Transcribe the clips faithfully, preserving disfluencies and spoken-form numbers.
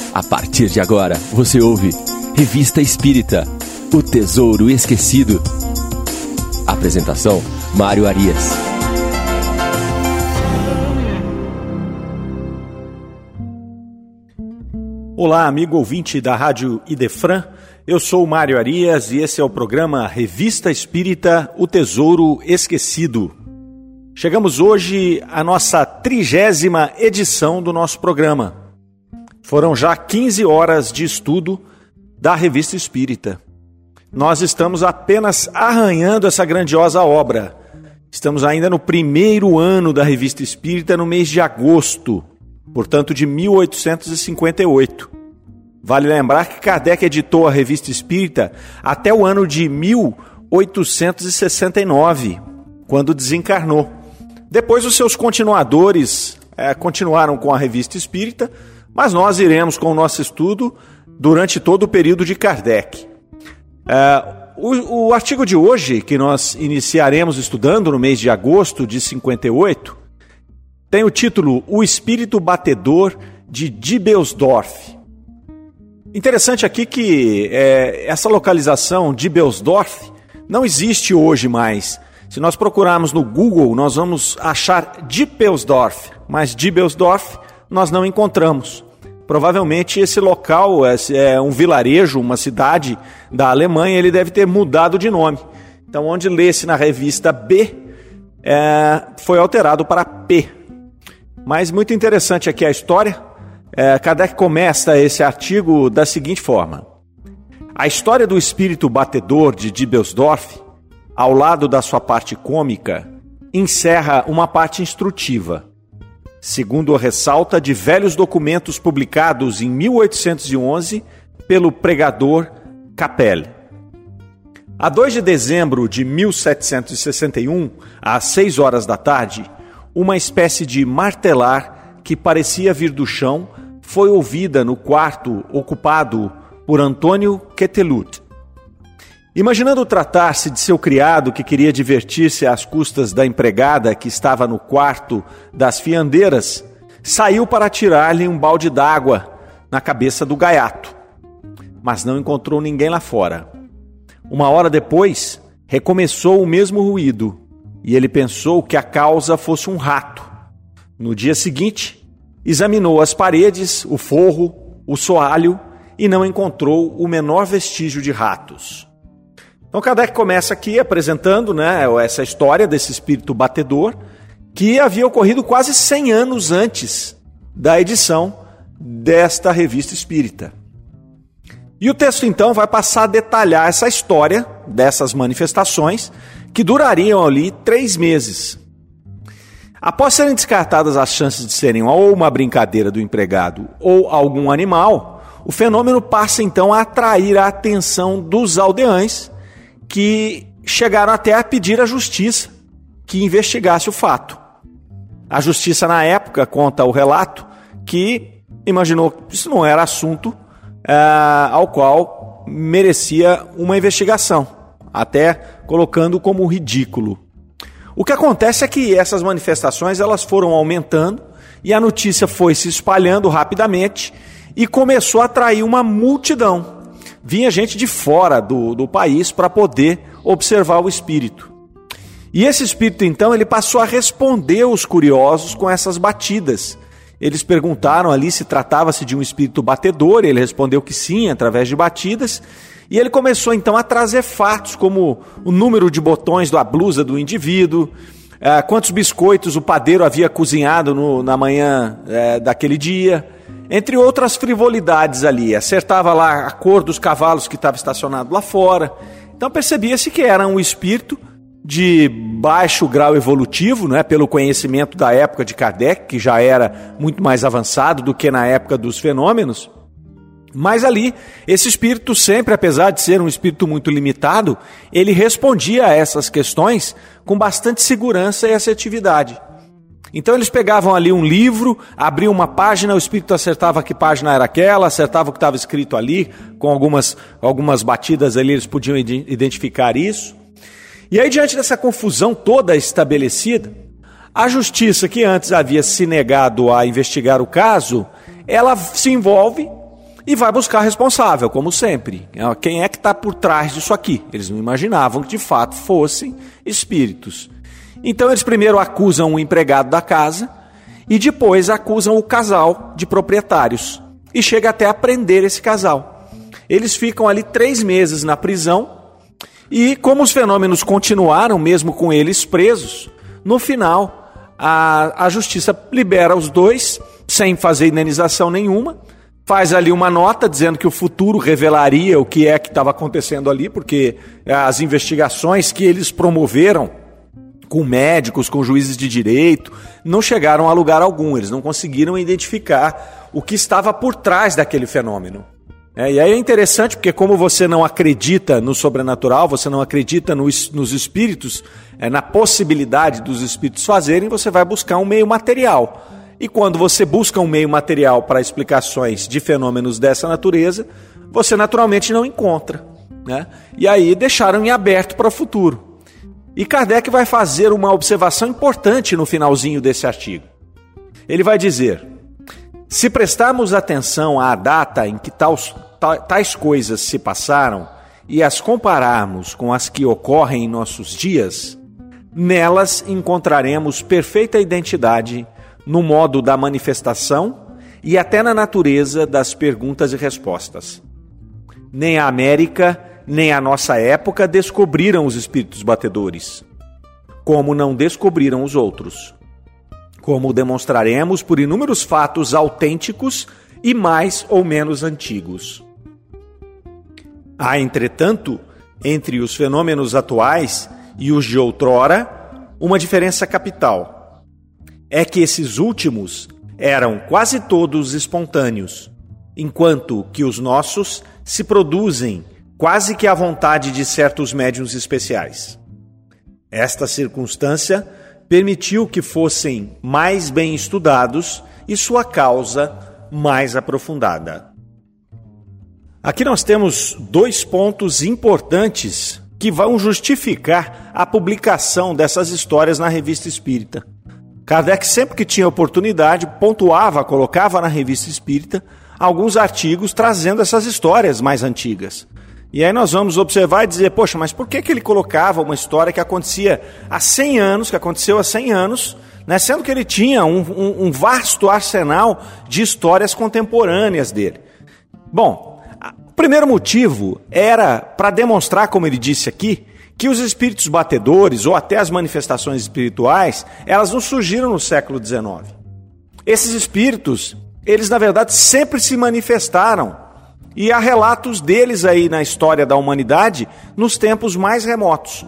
A partir de agora, você ouve Revista Espírita, O Tesouro Esquecido. Apresentação, Mário Arias. Olá, amigo ouvinte da Rádio Idefran. Eu sou o Mário Arias e esse é o programa Revista Espírita, O Tesouro Esquecido. Chegamos hoje à nossa trigésima edição do nosso programa. Foram já quinze horas de estudo da Revista Espírita. Nós estamos apenas arranhando essa grandiosa obra. Estamos ainda no primeiro ano da Revista Espírita, no mês de agosto, portanto de mil oitocentos e cinquenta e oito. Vale lembrar que Kardec editou a Revista Espírita até o ano de mil oitocentos e sessenta e nove, quando desencarnou. Depois os seus continuadores é, continuaram com a Revista Espírita, mas nós iremos com o nosso estudo durante todo o período de Kardec. É, o, o artigo de hoje, que nós iniciaremos estudando no mês de agosto de cinquenta e oito, tem o título O Espírito Batedor de Dibelsdorf. Interessante aqui que é, essa localização, Dibelsdorf, não existe hoje mais. Se nós procurarmos no Google, nós vamos achar Dippelsdorf, mas Dibelsdorf nós não encontramos. Provavelmente esse local é um vilarejo, uma cidade da Alemanha, ele deve ter mudado de nome. Então, onde lê-se na revista B, é, foi alterado para P. Mas muito interessante aqui a história. É, Kardec começa esse artigo da seguinte forma. A história do espírito batedor de Dibelsdorf, ao lado da sua parte cômica, encerra uma parte instrutiva. Segundo ressalta de velhos documentos publicados em mil oitocentos e onze pelo pregador Capelle. A dois de dezembro de mil setecentos e sessenta e um, às seis horas da tarde, uma espécie de martelar que parecia vir do chão foi ouvida no quarto ocupado por Antônio Quetelut. Imaginando tratar-se de seu criado que queria divertir-se às custas da empregada que estava no quarto das fiandeiras, saiu para tirar-lhe um balde d'água na cabeça do gaiato, mas não encontrou ninguém lá fora. Uma hora depois, recomeçou o mesmo ruído e ele pensou que a causa fosse um rato. No dia seguinte, examinou as paredes, o forro, o soalho e não encontrou o menor vestígio de ratos. Então Kardec começa aqui apresentando, né, essa história desse espírito batedor que havia ocorrido quase cem anos antes da edição desta revista espírita. E o texto então vai passar a detalhar essa história dessas manifestações que durariam ali três meses. Após serem descartadas as chances de serem ou uma brincadeira do empregado ou algum animal, o fenômeno passa então a atrair a atenção dos aldeães, que chegaram até a pedir à justiça que investigasse o fato. A justiça, na época, conta o relato, que imaginou que isso não era assunto uh, ao qual merecia uma investigação, até colocando como ridículo. O que acontece é que essas manifestações elas foram aumentando e a notícia foi se espalhando rapidamente e começou a atrair uma multidão. Vinha gente de fora do, do país para poder observar o espírito. E esse espírito, então, ele passou a responder os curiosos com essas batidas. Eles perguntaram ali se tratava-se de um espírito batedor, ele respondeu que sim, através de batidas. E ele começou, então, a trazer fatos como o número de botões da blusa do indivíduo, eh, quantos biscoitos o padeiro havia cozinhado no, na manhã eh, daquele dia, entre outras frivolidades ali. Acertava lá a cor dos cavalos que estavam estacionados lá fora. Então percebia-se que era um espírito de baixo grau evolutivo, né, pelo conhecimento da época de Kardec, que já era muito mais avançado do que na época dos fenômenos. Mas ali, esse espírito sempre, apesar de ser um espírito muito limitado, ele respondia a essas questões com bastante segurança e assertividade. Então eles pegavam ali um livro, abriam uma página, o espírito acertava que página era aquela, acertava o que estava escrito ali, com algumas, algumas batidas ali eles podiam identificar isso. E aí, diante dessa confusão toda estabelecida, a justiça, que antes havia se negado a investigar o caso, ela se envolve e vai buscar responsável, como sempre. Quem é que está por trás disso aqui? Eles não imaginavam que de fato fossem espíritos. Então eles primeiro acusam o empregado da casa e depois acusam o casal de proprietários. E chega até a prender esse casal. Eles ficam ali três meses na prisão e, como os fenômenos continuaram mesmo com eles presos, no final a, a justiça libera os dois sem fazer indenização nenhuma, faz ali uma nota dizendo que o futuro revelaria o que é que estava acontecendo ali, porque as investigações que eles promoveram com médicos, com juízes de direito, não chegaram a lugar algum, eles não conseguiram identificar o que estava por trás daquele fenômeno. É, e aí é interessante porque como você não acredita no sobrenatural, você não acredita no, nos espíritos, é, na possibilidade dos espíritos fazerem, você vai buscar um meio material. E quando você busca um meio material para explicações de fenômenos dessa natureza, você naturalmente não encontra, né? E aí deixaram em aberto para o futuro. E Kardec vai fazer uma observação importante no finalzinho desse artigo. Ele vai dizer: se prestarmos atenção à data em que tais, tais coisas se passaram e as compararmos com as que ocorrem em nossos dias, nelas encontraremos perfeita identidade no modo da manifestação e até na natureza das perguntas e respostas. Nem a América, nem a nossa época descobriram os espíritos batedores, como não descobriram os outros, como demonstraremos por inúmeros fatos autênticos e mais ou menos antigos. Há, entretanto, entre os fenômenos atuais e os de outrora, uma diferença capital. É que esses últimos eram quase todos espontâneos, enquanto que os nossos se produzem quase que à vontade de certos médiuns especiais. Esta circunstância permitiu que fossem mais bem estudados e sua causa mais aprofundada. Aqui nós temos dois pontos importantes que vão justificar a publicação dessas histórias na Revista Espírita. Kardec, sempre que tinha oportunidade, pontuava, colocava na Revista Espírita alguns artigos trazendo essas histórias mais antigas. E aí nós vamos observar e dizer, poxa, mas por que que ele colocava uma história que acontecia há cem anos, que aconteceu há cem anos, né, sendo que ele tinha um, um, um vasto arsenal de histórias contemporâneas dele? Bom, o primeiro motivo era para demonstrar, como ele disse aqui, que os espíritos batedores, ou até as manifestações espirituais, elas não surgiram no século dezenove. Esses espíritos, eles na verdade sempre se manifestaram. E há relatos deles aí na história da humanidade nos tempos mais remotos.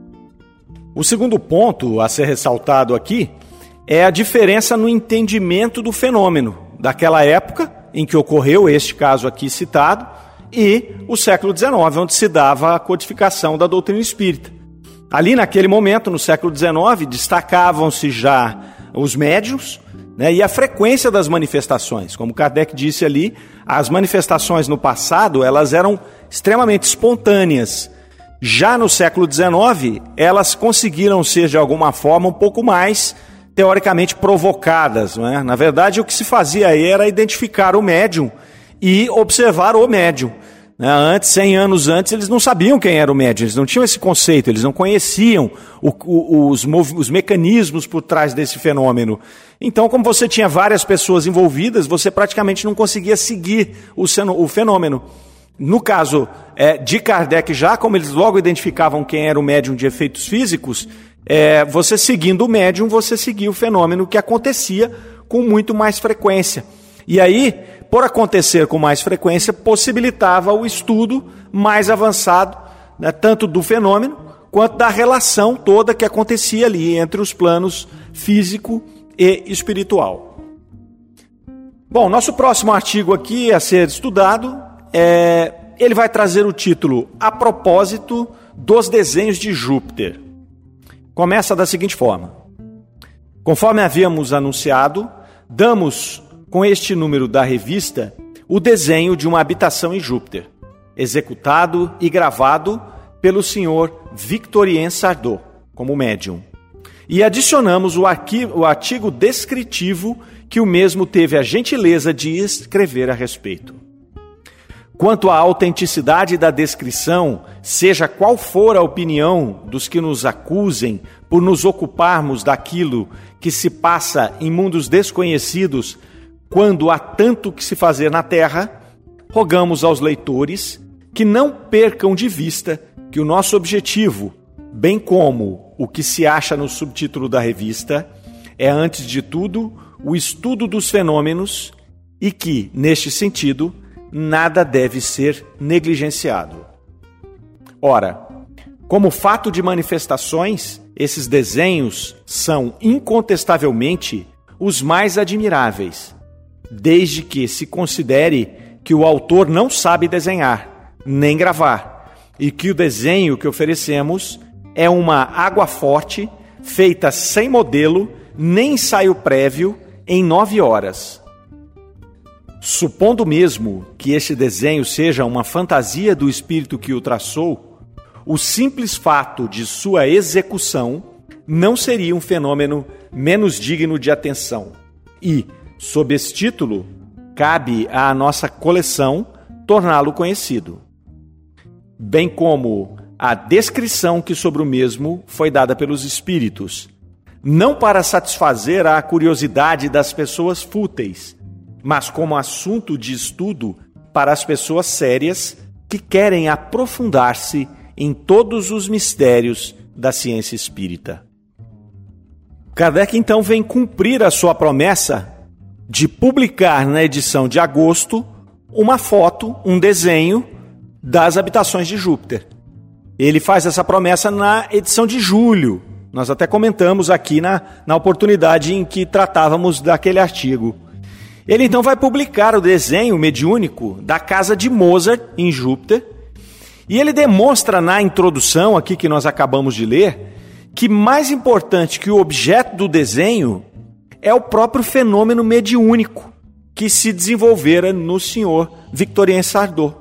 O segundo ponto a ser ressaltado aqui é a diferença no entendimento do fenômeno daquela época em que ocorreu este caso aqui citado e o século dezenove, onde se dava a codificação da doutrina espírita. Ali naquele momento, no século dezenove, destacavam-se já os médiuns, né, e a frequência das manifestações. Como Kardec disse ali, as manifestações no passado elas eram extremamente espontâneas. Já no século dezenove, elas conseguiram ser de alguma forma um pouco mais teoricamente provocadas, não é? Na verdade, o que se fazia aí era identificar o médium e observar o médium. Antes, cem anos antes, eles não sabiam quem era o médium, eles não tinham esse conceito, eles não conheciam o, o, os, os mecanismos por trás desse fenômeno. Então, como você tinha várias pessoas envolvidas, você praticamente não conseguia seguir o, o fenômeno. No caso é, de Kardec já, como eles logo identificavam quem era o médium de efeitos físicos, é, você seguindo o médium, você seguia o fenômeno que acontecia com muito mais frequência. E aí, por acontecer com mais frequência, possibilitava o estudo mais avançado, né, tanto do fenômeno, quanto da relação toda que acontecia ali entre os planos físico e espiritual. Bom, nosso próximo artigo aqui a ser estudado, é, ele vai trazer o título A Propósito dos Desenhos de Júpiter. Começa da seguinte forma. Conforme havíamos anunciado, damos com este número da revista o desenho de uma habitação em Júpiter, executado e gravado pelo senhor Victorien Sardou, como médium. E adicionamos o, arquivo, o artigo descritivo que o mesmo teve a gentileza de escrever a respeito. Quanto à autenticidade da descrição, seja qual for a opinião dos que nos acusem por nos ocuparmos daquilo que se passa em mundos desconhecidos, quando há tanto que se fazer na Terra, rogamos aos leitores que não percam de vista que o nosso objetivo, bem como o que se acha no subtítulo da revista, é, antes de tudo, o estudo dos fenômenos e que, neste sentido, nada deve ser negligenciado. Ora, como fato de manifestações, esses desenhos são incontestavelmente os mais admiráveis, desde que se considere que o autor não sabe desenhar, nem gravar, e que o desenho que oferecemos é uma água forte, feita sem modelo, nem ensaio prévio, em nove horas. Supondo mesmo que este desenho seja uma fantasia do espírito que o traçou, o simples fato de sua execução não seria um fenômeno menos digno de atenção. E, sob esse título, cabe à nossa coleção torná-lo conhecido, bem como a descrição que sobre o mesmo foi dada pelos espíritos, não para satisfazer a curiosidade das pessoas fúteis, mas como assunto de estudo para as pessoas sérias que querem aprofundar-se em todos os mistérios da ciência espírita. Kardec então vem cumprir a sua promessa de publicar na edição de agosto uma foto, um desenho das habitações de Júpiter. Ele faz essa promessa na edição de julho. Nós até comentamos aqui na, na oportunidade em que tratávamos daquele artigo. Ele então vai publicar o desenho mediúnico da casa de Mozart em Júpiter, e ele demonstra na introdução aqui que nós acabamos de ler, que mais importante que o objeto do desenho é o próprio fenômeno mediúnico que se desenvolvera no senhor Victorien Sardou.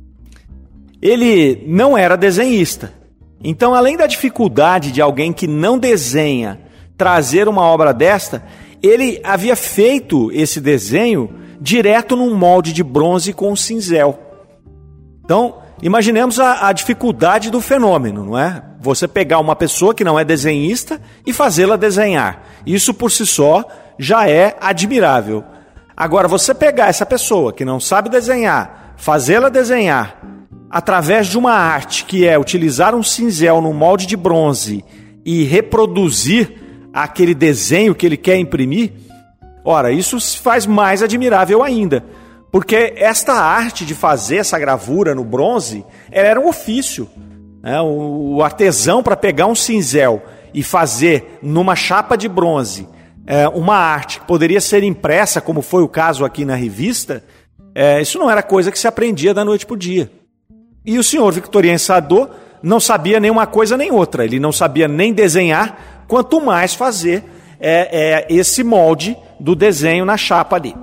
Ele não era desenhista, então além da dificuldade de alguém que não desenha trazer uma obra desta, ele havia feito esse desenho direto num molde de bronze com cinzel. Então, imaginemos a, a dificuldade do fenômeno, não é? Você pegar uma pessoa que não é desenhista e fazê-la desenhar. Isso por si só já é admirável. Agora, você pegar essa pessoa que não sabe desenhar, fazê-la desenhar, através de uma arte que é utilizar um cinzel num molde de bronze e reproduzir aquele desenho que ele quer imprimir, ora, isso se faz mais admirável ainda, porque esta arte de fazer essa gravura no bronze era um ofício, né? O artesão, para pegar um cinzel e fazer numa chapa de bronze é, uma arte que poderia ser impressa, como foi o caso aqui na revista, é, isso não era coisa que se aprendia da noite para o dia. E o senhor Victorien Sardou não sabia nem uma coisa nem outra, ele não sabia nem desenhar, quanto mais fazer é, é, esse molde do desenho na chapa ali.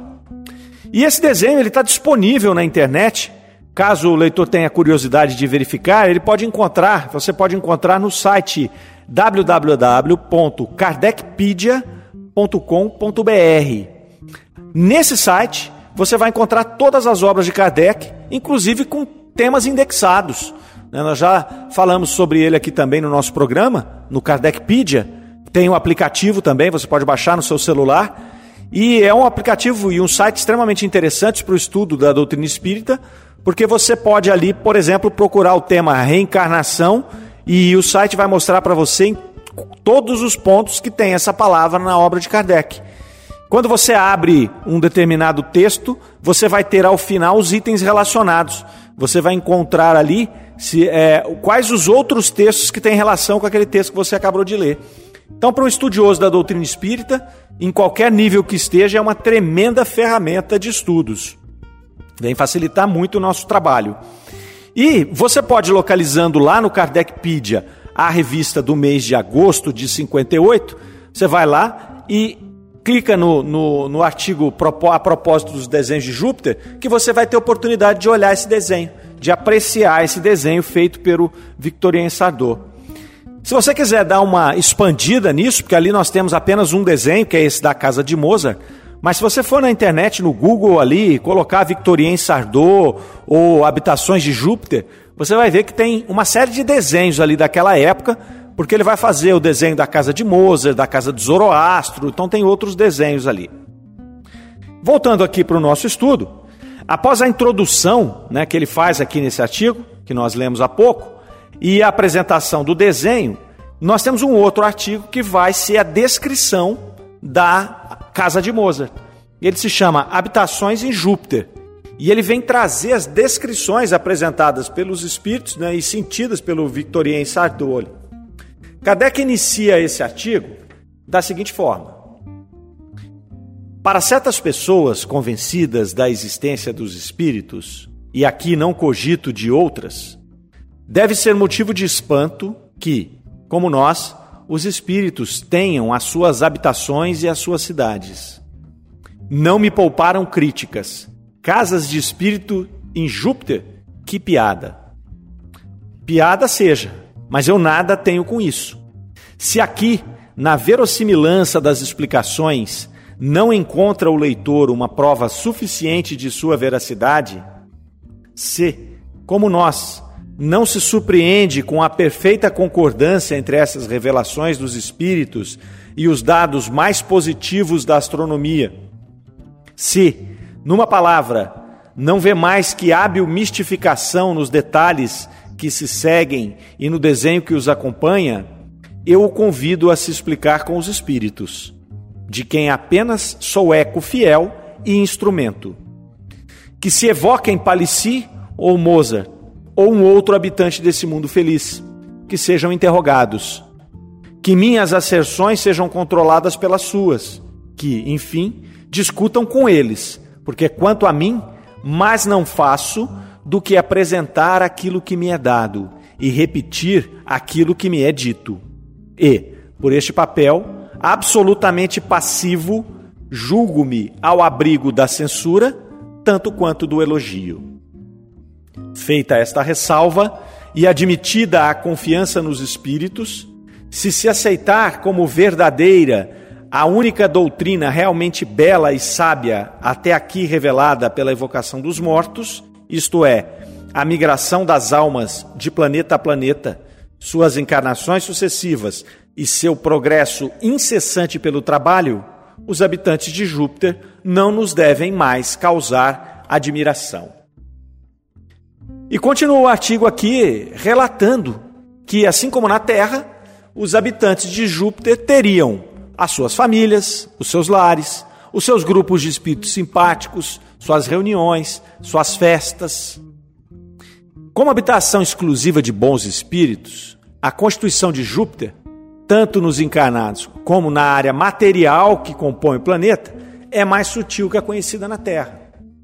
E esse desenho ele está disponível na internet. Caso o leitor tenha curiosidade de verificar, ele pode encontrar, você pode encontrar no site w w w ponto kardecpedia ponto com ponto b r. Nesse site você vai encontrar todas as obras de Kardec, inclusive com temas indexados. Nós já falamos sobre ele aqui também no nosso programa, no Kardecpedia. Tem um aplicativo também, você pode baixar no seu celular. E é um aplicativo e um site extremamente interessantes para o estudo da doutrina espírita, porque você pode ali, por exemplo, procurar o tema reencarnação e o site vai mostrar para você em todos os pontos que tem essa palavra na obra de Kardec. Quando você abre um determinado texto, você vai ter ao final os itens relacionados. Você vai encontrar ali se, é, quais os outros textos que têm relação com aquele texto que você acabou de ler. Então, para um estudioso da doutrina espírita, em qualquer nível que esteja, é uma tremenda ferramenta de estudos. Vem facilitar muito o nosso trabalho. E você pode, localizando lá no Kardecpedia a revista do mês de agosto de cinquenta e oito, você vai lá e clica no, no, no artigo a propósito dos desenhos de Júpiter, que você vai ter oportunidade de olhar esse desenho, de apreciar esse desenho feito pelo Victorien Sardou. Se você quiser dar uma expandida nisso, porque ali nós temos apenas um desenho, que é esse da casa de Mozart, Mas se você for na internet, no Google ali, colocar Victorien Sardou ou Habitações de Júpiter, você vai ver que tem uma série de desenhos ali daquela época, porque ele vai fazer o desenho da casa de Mozart, da casa de Zoroastro, então tem outros desenhos ali. Voltando aqui para o nosso estudo, após a introdução, né, que ele faz aqui nesse artigo, que nós lemos há pouco, e a apresentação do desenho, nós temos um outro artigo que vai ser a descrição da casa de Mozart. Ele se chama Habitações em Júpiter. E ele vem trazer as descrições apresentadas pelos espíritos, né, e sentidas pelo Victorien Sardou. Kardec inicia esse artigo da seguinte forma: para certas pessoas convencidas da existência dos espíritos, e aqui não cogito de outras, deve ser motivo de espanto que, como nós, os espíritos tenham as suas habitações e as suas cidades. Não me pouparam críticas. Casas de espírito em Júpiter? Que piada. Piada seja, mas eu nada tenho com isso. Se aqui, na verossimilhança das explicações, não encontra o leitor uma prova suficiente de sua veracidade, se, como nós, não se surpreende com a perfeita concordância entre essas revelações dos espíritos e os dados mais positivos da astronomia, se, numa palavra, não vê mais que hábil mistificação nos detalhes que se seguem e no desenho que os acompanha, eu o convido a se explicar com os espíritos, de quem apenas sou eco fiel e instrumento. Que se evoquem Palissy ou Mozart, ou um outro habitante desse mundo feliz, que sejam interrogados. Que minhas asserções sejam controladas pelas suas, que, enfim, discutam com eles, porque quanto a mim, mais não faço do que apresentar aquilo que me é dado e repetir aquilo que me é dito. E, por este papel, absolutamente passivo, julgo-me ao abrigo da censura, tanto quanto do elogio. Feita esta ressalva e admitida a confiança nos espíritos, se se aceitar como verdadeira a única doutrina realmente bela e sábia até aqui revelada pela evocação dos mortos, isto é, a migração das almas de planeta a planeta, suas encarnações sucessivas e seu progresso incessante pelo trabalho, os habitantes de Júpiter não nos devem mais causar admiração. E continua o artigo aqui relatando que, assim como na Terra, os habitantes de Júpiter teriam as suas famílias, os seus lares, os seus grupos de espíritos simpáticos, suas reuniões, suas festas. Como habitação exclusiva de bons espíritos, a constituição de Júpiter, tanto nos encarnados como na área material que compõe o planeta, é mais sutil que a conhecida na Terra.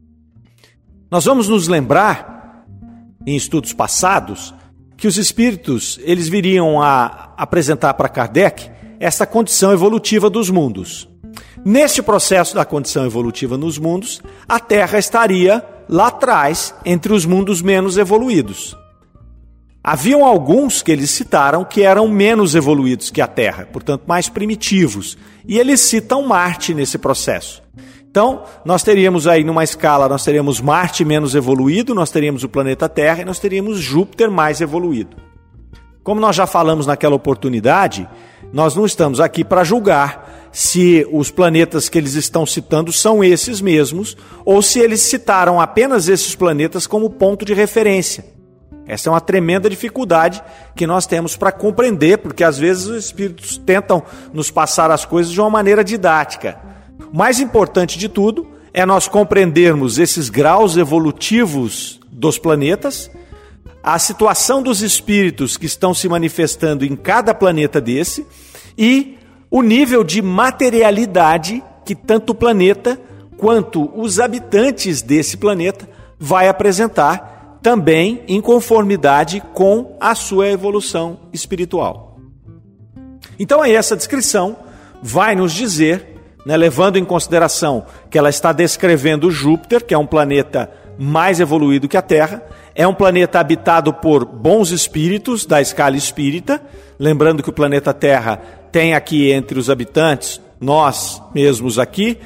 Nós vamos nos lembrar, em estudos passados, que os espíritos eles viriam a apresentar para Kardec essa condição evolutiva dos mundos. Neste processo da condição evolutiva nos mundos, a Terra estaria lá atrás, entre os mundos menos evoluídos. Haviam alguns que eles citaram que eram menos evoluídos que a Terra, portanto mais primitivos, e eles citam Marte nesse processo. Então, nós teríamos aí numa escala, nós teríamos Marte menos evoluído, nós teríamos o planeta Terra e nós teríamos Júpiter mais evoluído. Como nós já falamos naquela oportunidade, nós não estamos aqui para julgar se os planetas que eles estão citando são esses mesmos ou se eles citaram apenas esses planetas como ponto de referência. Essa é uma tremenda dificuldade que nós temos para compreender, porque às vezes os espíritos tentam nos passar as coisas de uma maneira didática. O mais importante de tudo é nós compreendermos esses graus evolutivos dos planetas, a situação dos espíritos que estão se manifestando em cada planeta desse e o nível de materialidade que tanto o planeta quanto os habitantes desse planeta vai apresentar, também em conformidade com a sua evolução espiritual. Então aí essa descrição vai nos dizer, né, levando em consideração que ela está descrevendo Júpiter, que é um planeta mais evoluído que a Terra, é um planeta habitado por bons espíritos da escala espírita, lembrando que o planeta Terra tem aqui entre os habitantes, nós mesmos aqui,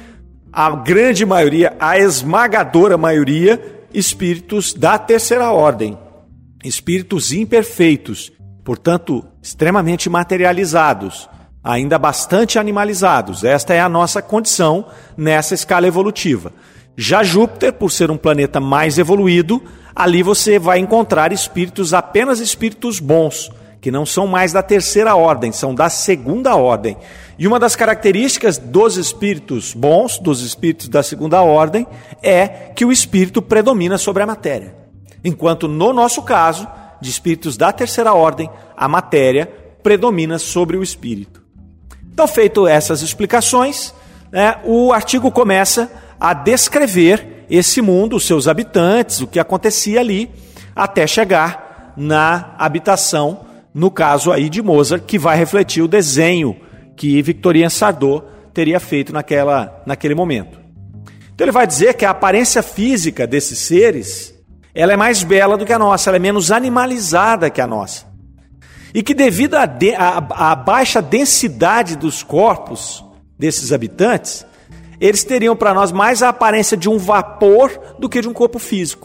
a grande maioria, a esmagadora maioria, espíritos da terceira ordem, espíritos imperfeitos, portanto, extremamente materializados, ainda bastante animalizados. Esta é a nossa condição nessa escala evolutiva. Já Júpiter, por ser um planeta mais evoluído, ali você vai encontrar espíritos, apenas espíritos bons, que não são mais da terceira ordem, são da segunda ordem. E uma das características dos espíritos bons, dos espíritos da segunda ordem, é que o espírito predomina sobre a matéria. Enquanto no nosso caso, de espíritos da terceira ordem, a matéria predomina sobre o espírito. Então, feito essas explicações, né, o artigo começa a descrever esse mundo, os seus habitantes, o que acontecia ali, até chegar na habitação, no caso aí de Mozart, que vai refletir o desenho que Victorien Sardou teria feito naquela, naquele momento. Então ele vai dizer que a aparência física desses seres, ela é mais bela do que a nossa, ela é menos animalizada que a nossa. E que devido à de, baixa densidade dos corpos desses habitantes, eles teriam para nós mais a aparência de um vapor do que de um corpo físico.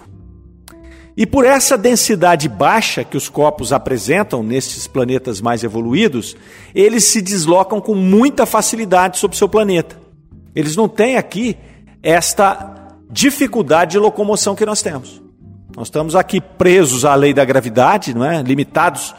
E por essa densidade baixa que os corpos apresentam nesses planetas mais evoluídos, eles se deslocam com muita facilidade sobre o seu planeta. Eles não têm aqui esta dificuldade de locomoção que nós temos. Nós estamos aqui presos à lei da gravidade, não é? Limitados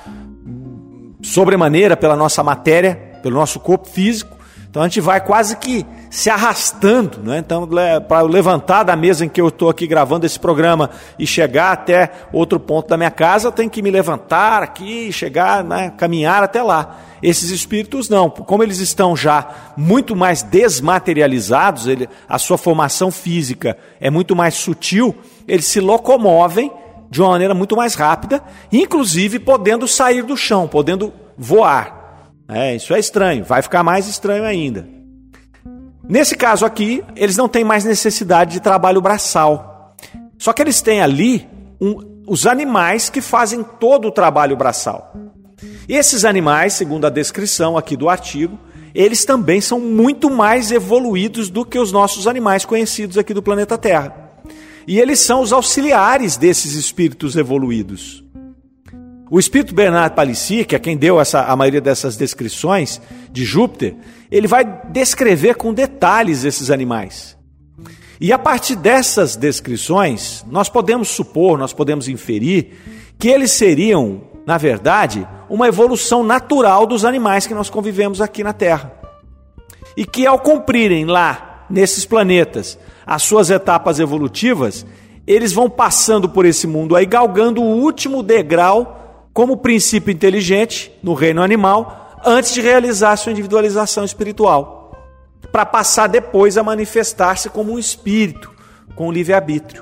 sobremaneira pela nossa matéria, pelo nosso corpo físico. Então a gente vai quase que se arrastando, né? Então, para levantar da mesa em que eu estou aqui gravando esse programa e chegar até outro ponto da minha casa, eu tenho que me levantar aqui, chegar, né? Caminhar até lá. Esses espíritos não, como eles estão já muito mais desmaterializados, ele, a sua formação física é muito mais sutil, eles se locomovem de uma maneira muito mais rápida, inclusive podendo sair do chão, podendo voar. É, isso é estranho, vai ficar mais estranho ainda. Nesse caso aqui, eles não têm mais necessidade de trabalho braçal. Só que eles têm ali um, os animais que fazem todo o trabalho braçal. E esses animais, segundo a descrição aqui do artigo, eles também são muito mais evoluídos do que os nossos animais conhecidos aqui do planeta Terra. E eles são os auxiliares desses espíritos evoluídos. O espírito Bernard Palissy, que é quem deu essa, a maioria dessas descrições de Júpiter, ele vai descrever com detalhes esses animais. E a partir dessas descrições, nós podemos supor, nós podemos inferir, que eles seriam, na verdade, uma evolução natural dos animais que nós convivemos aqui na Terra. E que ao cumprirem lá, nesses planetas, as suas etapas evolutivas, eles vão passando por esse mundo aí, galgando o último degrau como princípio inteligente no reino animal, antes de realizar sua individualização espiritual, para passar depois a manifestar-se como um espírito, com livre-arbítrio.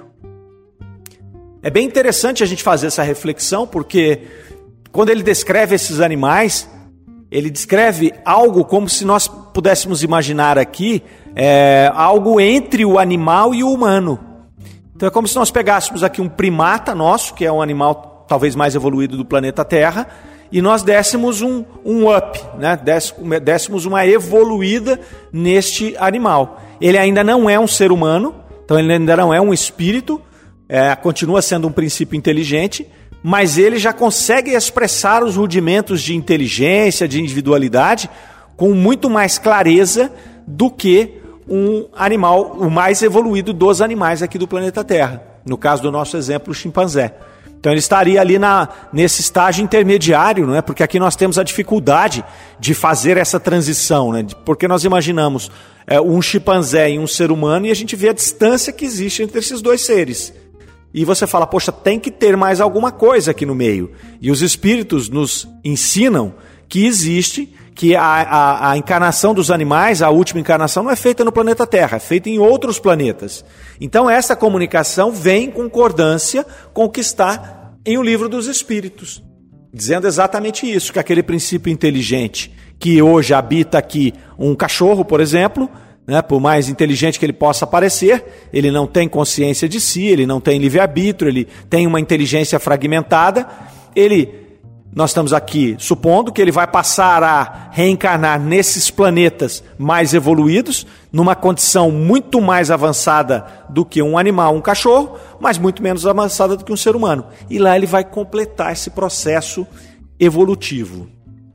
É bem interessante a gente fazer essa reflexão, porque quando ele descreve esses animais, ele descreve algo como se nós pudéssemos imaginar aqui, é, algo entre o animal e o humano. Então é como se nós pegássemos aqui um primata nosso, que é um animal talvez mais evoluído do planeta Terra, e nós dessemos um, um up, né? dessemos uma evoluída neste animal. Ele ainda não é um ser humano, então ele ainda não é um espírito, é, continua sendo um princípio inteligente, mas ele já consegue expressar os rudimentos de inteligência, de individualidade, com muito mais clareza do que um animal, o mais evoluído dos animais aqui do planeta Terra. No caso do nosso exemplo, o chimpanzé. Então ele estaria ali na, nesse estágio intermediário, não é? Porque aqui nós temos a dificuldade de fazer essa transição, né? Porque nós imaginamos é, um chimpanzé e um ser humano e a gente vê a distância que existe entre esses dois seres. E você fala, poxa, tem que ter mais alguma coisa aqui no meio. E os espíritos nos ensinam que existe, que a, a, a encarnação dos animais, a última encarnação, não é feita no planeta Terra, é feita em outros planetas. Então essa comunicação vem em concordância com o que está em O Livro dos Espíritos, dizendo exatamente isso, que aquele princípio inteligente que hoje habita aqui um cachorro, por exemplo, né, por mais inteligente que ele possa parecer, ele não tem consciência de si, ele não tem livre-arbítrio, ele tem uma inteligência fragmentada, ele nós estamos aqui supondo que ele vai passar a reencarnar nesses planetas mais evoluídos, numa condição muito mais avançada do que um animal, um cachorro, mas muito menos avançada do que um ser humano. E lá ele vai completar esse processo evolutivo.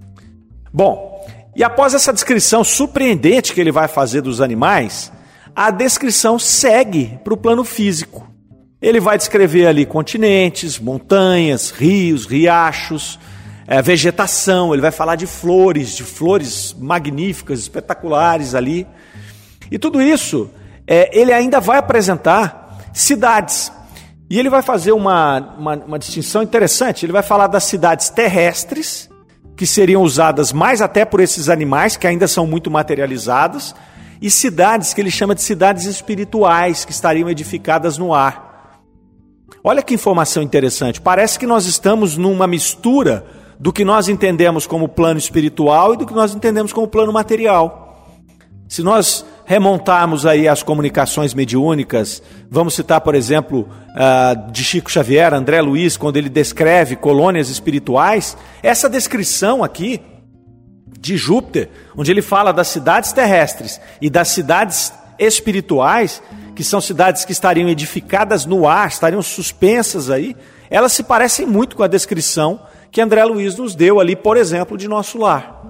Bom, e após essa descrição surpreendente que ele vai fazer dos animais, a descrição segue para o plano físico. Ele vai descrever ali continentes, montanhas, rios, riachos, é, vegetação, ele vai falar de flores, de flores magníficas, espetaculares ali. E tudo isso, é, ele ainda vai apresentar cidades. E ele vai fazer uma, uma, uma distinção interessante. Ele vai falar das cidades terrestres, que seriam usadas mais até por esses animais, que ainda são muito materializados, e cidades que ele chama de cidades espirituais, que estariam edificadas no ar. Olha que informação interessante. Parece que nós estamos numa mistura do que nós entendemos como plano espiritual e do que nós entendemos como plano material. Se nós remontarmos aí as comunicações mediúnicas, vamos citar, por exemplo, de Chico Xavier, André Luiz, quando ele descreve colônias espirituais, essa descrição aqui de Júpiter, onde ele fala das cidades terrestres e das cidades espirituais, que são cidades que estariam edificadas no ar, estariam suspensas aí, elas se parecem muito com a descrição que André Luiz nos deu ali, por exemplo, de nosso lar.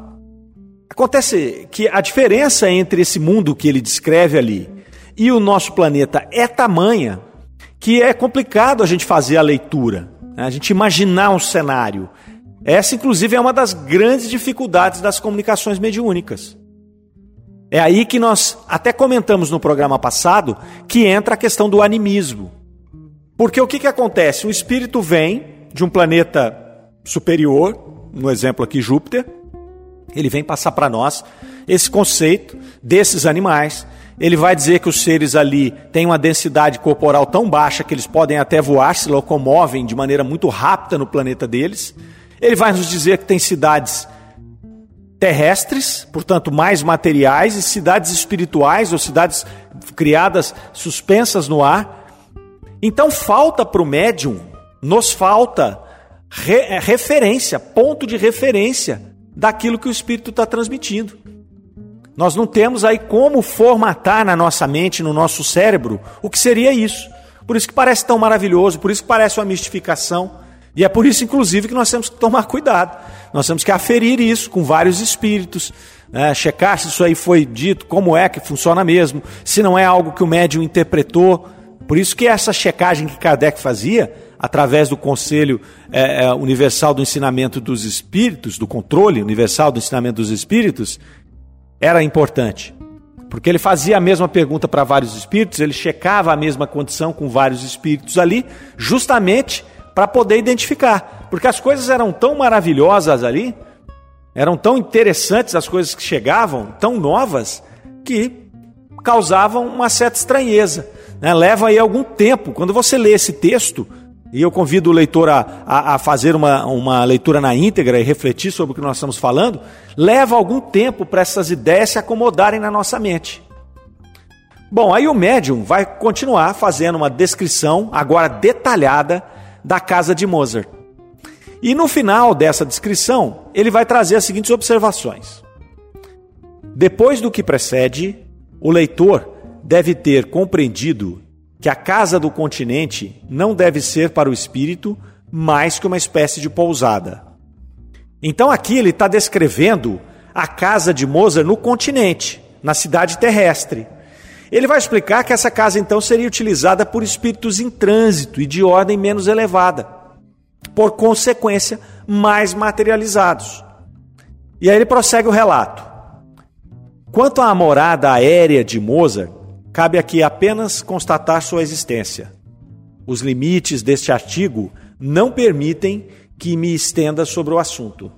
Acontece que a diferença entre esse mundo que ele descreve ali e o nosso planeta é tamanha que é complicado a gente fazer a leitura, né? A gente imaginar um cenário. Essa, inclusive, é uma das grandes dificuldades das comunicações mediúnicas. É aí que nós até comentamos no programa passado que entra a questão do animismo. Porque o que, que acontece? Um espírito vem de um planeta superior, no exemplo aqui Júpiter, ele vem passar para nós esse conceito desses animais. Ele vai dizer que os seres ali têm uma densidade corporal tão baixa que eles podem até voar, se locomovem de maneira muito rápida no planeta deles. Ele vai nos dizer que tem cidades terrestres, portanto mais materiais, e cidades espirituais ou cidades criadas, suspensas no ar. Então falta para o médium, nos falta re- referência, ponto de referência daquilo que o espírito está transmitindo. Nós não temos aí como formatar na nossa mente, no nosso cérebro, o que seria isso. Por isso que parece tão maravilhoso, por isso que parece uma mistificação. E é por isso, inclusive, que nós temos que tomar cuidado. Nós temos que aferir isso com vários espíritos, né? Checar se isso aí foi dito, como é que funciona mesmo, se não é algo que o médium interpretou. Por isso que essa checagem que Kardec fazia, através do Conselho é, é, Universal do Ensinamento dos Espíritos, do controle universal do ensinamento dos Espíritos, era importante. Porque ele fazia a mesma pergunta para vários espíritos, ele checava a mesma condição com vários espíritos ali, justamente para poder identificar. Porque as coisas eram tão maravilhosas ali, eram tão interessantes as coisas que chegavam, tão novas, que causavam uma certa estranheza, né? Leva aí algum tempo. Quando você lê esse texto, e eu convido o leitor a, a, a fazer uma, uma leitura na íntegra e refletir sobre o que nós estamos falando, leva algum tempo para essas ideias se acomodarem na nossa mente. Bom, aí o médium vai continuar fazendo uma descrição, agora detalhada, da casa de Mozart. E no final dessa descrição, ele vai trazer as seguintes observações. Depois do que precede, o leitor deve ter compreendido que a casa do continente não deve ser para o espírito mais que uma espécie de pousada. Então aqui ele está descrevendo a casa de Mozart no continente, na cidade terrestre. Ele vai explicar que essa casa então seria utilizada por espíritos em trânsito e de ordem menos elevada, por consequência, mais materializados. E aí ele prossegue o relato. Quanto à morada aérea de Mozart, cabe aqui apenas constatar sua existência. Os limites deste artigo não permitem que me estenda sobre o assunto.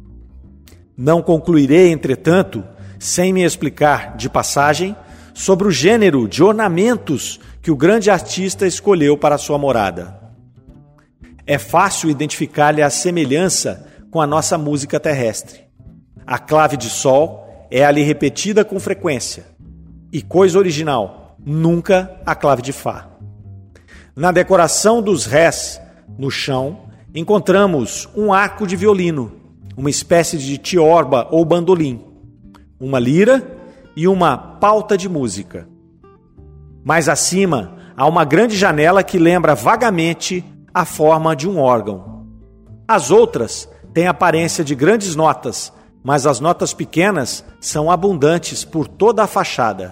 Não concluirei, entretanto, sem me explicar de passagem sobre o gênero de ornamentos que o grande artista escolheu para sua morada. É fácil identificar-lhe a semelhança com a nossa música terrestre. A clave de sol é ali repetida com frequência. E coisa original, nunca a clave de Fá. Na decoração dos rés, no chão, encontramos um arco de violino, uma espécie de tiorba ou bandolim, uma lira e uma pauta de música. Mais acima, há uma grande janela que lembra vagamente a forma de um órgão. As outras têm aparência de grandes notas, mas as notas pequenas são abundantes por toda a fachada.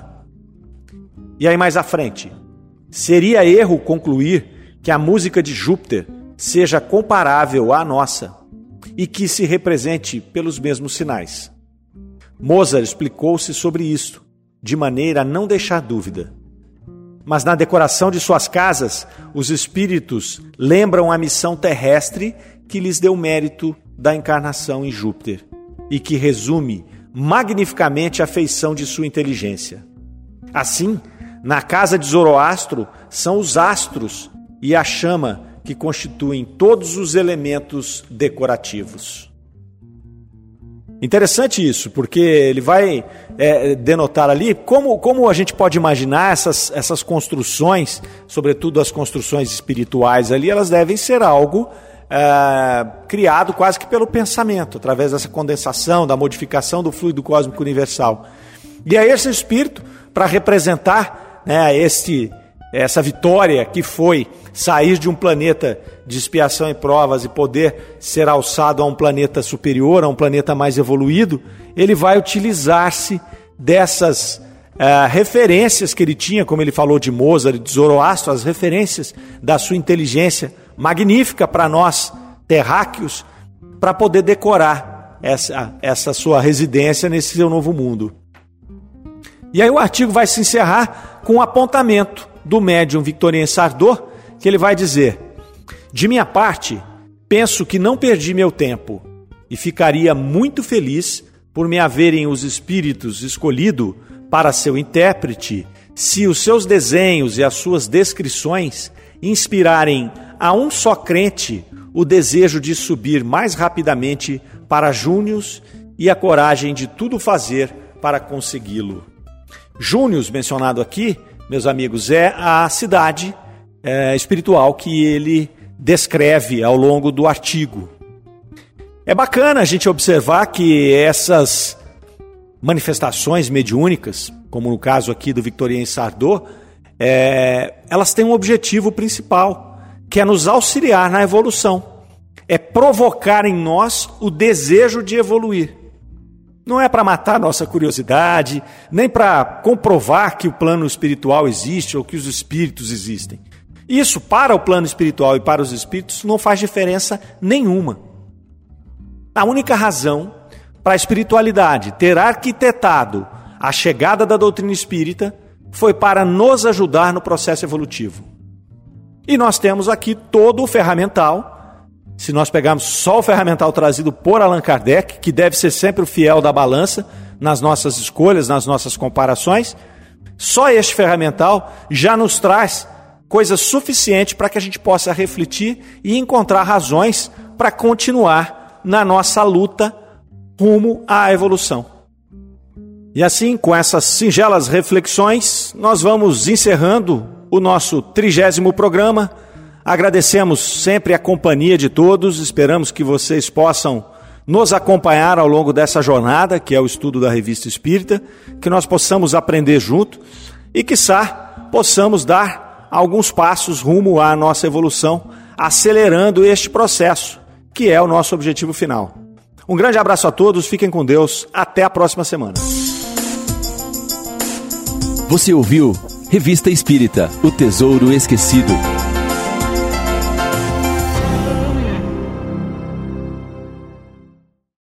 E aí mais à frente, seria erro concluir que a música de Júpiter seja comparável à nossa e que se represente pelos mesmos sinais. Mozart explicou-se sobre isto, de maneira a não deixar dúvida. Mas na decoração de suas casas, os espíritos lembram a missão terrestre que lhes deu mérito da encarnação em Júpiter e que resume magnificamente a feição de sua inteligência. Assim, na casa de Zoroastro são os astros e a chama que constituem todos os elementos decorativos. Interessante isso, porque ele vai é, denotar ali como, como a gente pode imaginar essas, essas construções, sobretudo as construções espirituais ali, elas devem ser algo é, criado quase que pelo pensamento, através dessa condensação, da modificação do fluido cósmico universal. E aí esse espírito, para representar, né, este, essa vitória que foi sair de um planeta de expiação e provas e poder ser alçado a um planeta superior, a um planeta mais evoluído, ele vai utilizar-se dessas uh, referências que ele tinha, como ele falou de Mozart e de Zoroastro, as referências da sua inteligência magnífica para nós, terráqueos, para poder decorar essa, essa sua residência nesse seu novo mundo. E aí o artigo vai se encerrar com um apontamento do médium Victorien Sardou, que ele vai dizer: de minha parte, penso que não perdi meu tempo e ficaria muito feliz por me haverem os espíritos escolhido para seu intérprete, se os seus desenhos e as suas descrições inspirarem a um só crente o desejo de subir mais rapidamente para Június e a coragem de tudo fazer para consegui-lo. Június, mencionado aqui, meus amigos, é a cidade é, espiritual que ele descreve ao longo do artigo. É bacana a gente observar que essas manifestações mediúnicas, como no caso aqui do Victorien Sardou, é, elas têm um objetivo principal, que é nos auxiliar na evolução. É provocar em nós o desejo de evoluir. Não é para matar nossa curiosidade, nem para comprovar que o plano espiritual existe ou que os espíritos existem. Isso, para o plano espiritual e para os espíritos, não faz diferença nenhuma. A única razão para a espiritualidade ter arquitetado a chegada da doutrina espírita foi para nos ajudar no processo evolutivo. E nós temos aqui todo o ferramental. Se nós pegarmos só o ferramental trazido por Allan Kardec, que deve ser sempre o fiel da balança nas nossas escolhas, nas nossas comparações, só este ferramental já nos traz coisa suficiente para que a gente possa refletir e encontrar razões para continuar na nossa luta rumo à evolução. E assim, com essas singelas reflexões, nós vamos encerrando o nosso trigésimo programa. Agradecemos sempre a companhia de todos, esperamos que vocês possam nos acompanhar ao longo dessa jornada, que é o estudo da Revista Espírita, que nós possamos aprender junto e, quiçá, possamos dar alguns passos rumo à nossa evolução, acelerando este processo, que é o nosso objetivo final. Um grande abraço a todos, fiquem com Deus, até a próxima semana. Você ouviu Revista Espírita, O Tesouro Esquecido.